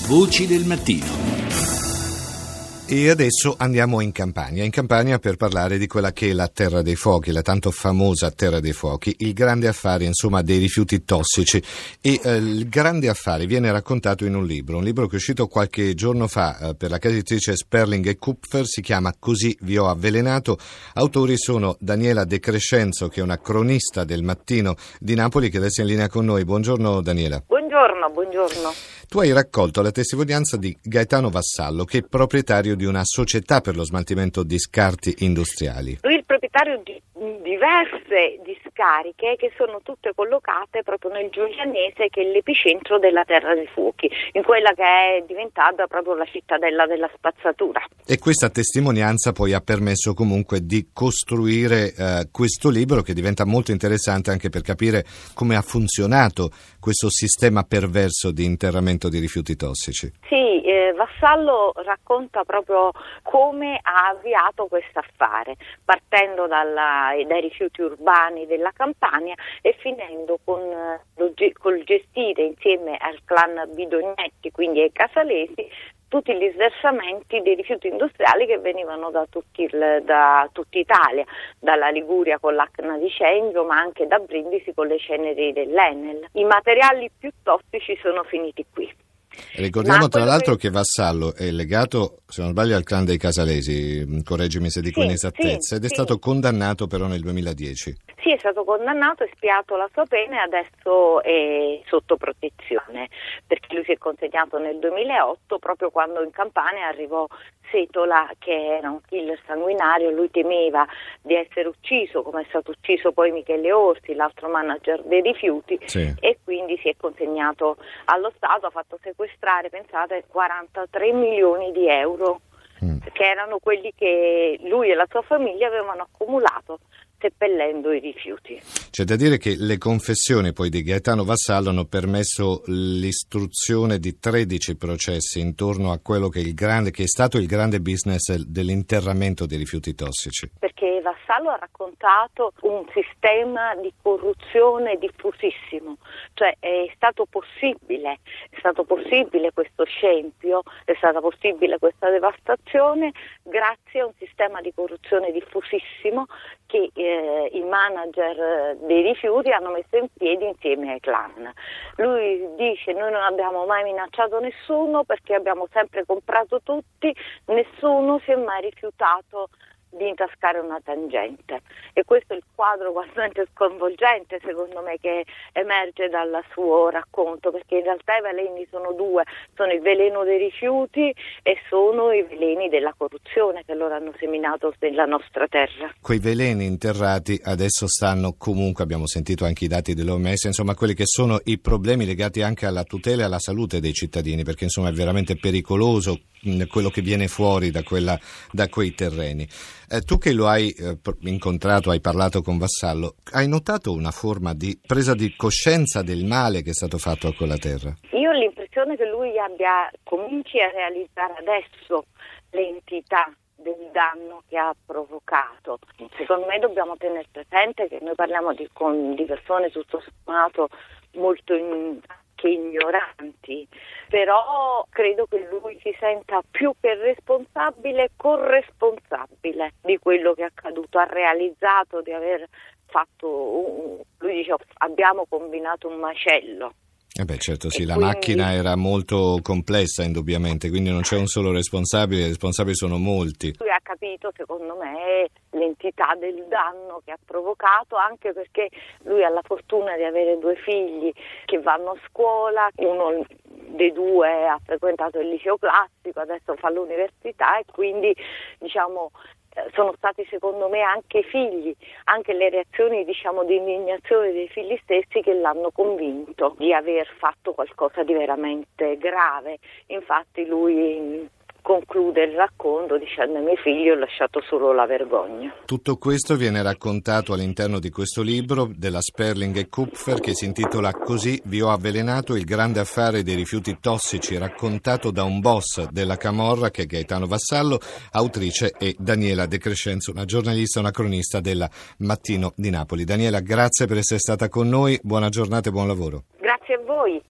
Voci del mattino. E adesso andiamo in Campania per parlare di quella che è la Terra dei Fuochi, la tanto famosa Terra dei Fuochi, il grande affare insomma dei rifiuti tossici. E il grande affare viene raccontato in un libro che è uscito qualche giorno fa per la casa editrice Sperling e Kupfer, si chiama Così vi ho avvelenato. Autori sono Daniela De Crescenzo, che è una cronista del Mattino di Napoli, che adesso è in linea con noi. Buongiorno Daniela. Buongiorno. Tu hai raccolto la testimonianza di Gaetano Vassallo, che è proprietario di una società per lo smaltimento di scarti industriali. Lui è il proprietario di diverse discariche che sono tutte collocate proprio nel Giulianese, che è l'epicentro della Terra dei Fuochi, in quella che è diventata proprio la cittadella della spazzatura. E questa testimonianza poi ha permesso comunque di costruire questo libro, che diventa molto interessante anche per capire come ha funzionato questo sistema perverso di interramento di rifiuti tossici. Sì, Vassallo racconta proprio come ha avviato questo affare, partendo dai rifiuti urbani della Campania e finendo col gestire insieme al clan Bidognetti, quindi ai casalesi, tutti gli sversamenti dei rifiuti industriali che venivano da tutta Italia, dalla Liguria con l'Acna di Cembio, ma anche da Brindisi con le ceneri dell'Enel. I materiali più tossici sono finiti qui. Ricordiamo tra l'altro che Vassallo è legato, se non sbaglio, al clan dei Casalesi, correggimi se dico inesattezza, ed è stato condannato però nel 2010. Sì, è stato condannato, è espiato la sua pena e adesso è sotto protezione, perché lui si è consegnato nel 2008, proprio quando in Campania arrivò Setola, che era un killer sanguinario. Lui temeva di essere ucciso, come è stato ucciso poi Michele Orsi, l'altro manager dei rifiuti, e quindi si è consegnato allo Stato, ha fatto sequestrare, pensate, 43 milioni di euro, che erano quelli che lui e la sua famiglia avevano accumulato seppellendo i rifiuti. C'è da dire che le confessioni poi di Gaetano Vassallo hanno permesso l'istruzione di 13 processi intorno a quello che è stato il grande business dell'interramento dei rifiuti tossici. Perché Vassallo ha raccontato un sistema di corruzione diffusissimo, cioè è stato possibile questo scempio, è stata possibile questa devastazione grazie a un sistema di corruzione diffusissimo che i manager dei rifiuti hanno messo in piedi insieme ai clan. Lui dice: noi non abbiamo mai minacciato nessuno perché abbiamo sempre comprato tutti, nessuno si è mai rifiutato di intascare una tangente, e questo è il quadro quasi sconvolgente secondo me che emerge dal suo racconto, perché in realtà i veleni sono due: sono il veleno dei rifiuti e sono i veleni della corruzione che loro hanno seminato nella nostra terra. Quei veleni interrati adesso stanno comunque, abbiamo sentito anche i dati dell'OMS, insomma quelli che sono i problemi legati anche alla tutela e alla salute dei cittadini, perché insomma è veramente pericoloso quello che viene fuori da quei terreni. Tu che lo hai incontrato, hai parlato con Vassallo, hai notato una forma di presa di coscienza del male che è stato fatto a quella terra? Io ho l'impressione che lui cominci a realizzare adesso l'entità del danno che ha provocato. Secondo me dobbiamo tenere presente che noi parliamo di persone tutto sommato molto che ignoranti, però credo che lui si senta più che responsabile, corresponsabile di quello che è accaduto. Ha realizzato di aver fatto, lui dice, abbiamo combinato un macello. Certo, sì, la macchina era molto complessa indubbiamente, quindi non c'è un solo responsabile, i responsabili sono molti. Lui ha capito, secondo me, l'entità del danno che ha provocato, anche perché lui ha la fortuna di avere 2 figli che vanno a scuola, uno dei 2 ha frequentato il liceo classico, adesso fa l'università, e quindi sono stati secondo me anche i figli, anche le reazioni di indignazione dei figli stessi che l'hanno convinto di aver fatto qualcosa di veramente grave. Infatti lui conclude il racconto dicendo: ai miei figli ho lasciato solo la vergogna. Tutto questo viene raccontato all'interno di questo libro della Sperling e Kupfer, che si intitola Così vi ho avvelenato, il grande affare dei rifiuti tossici, raccontato da un boss della camorra che è Gaetano Vassallo. Autrice è Daniela De Crescenzo, una giornalista, una cronista del Mattino di Napoli. Daniela, grazie per essere stata con noi, buona giornata e buon lavoro. Grazie a voi.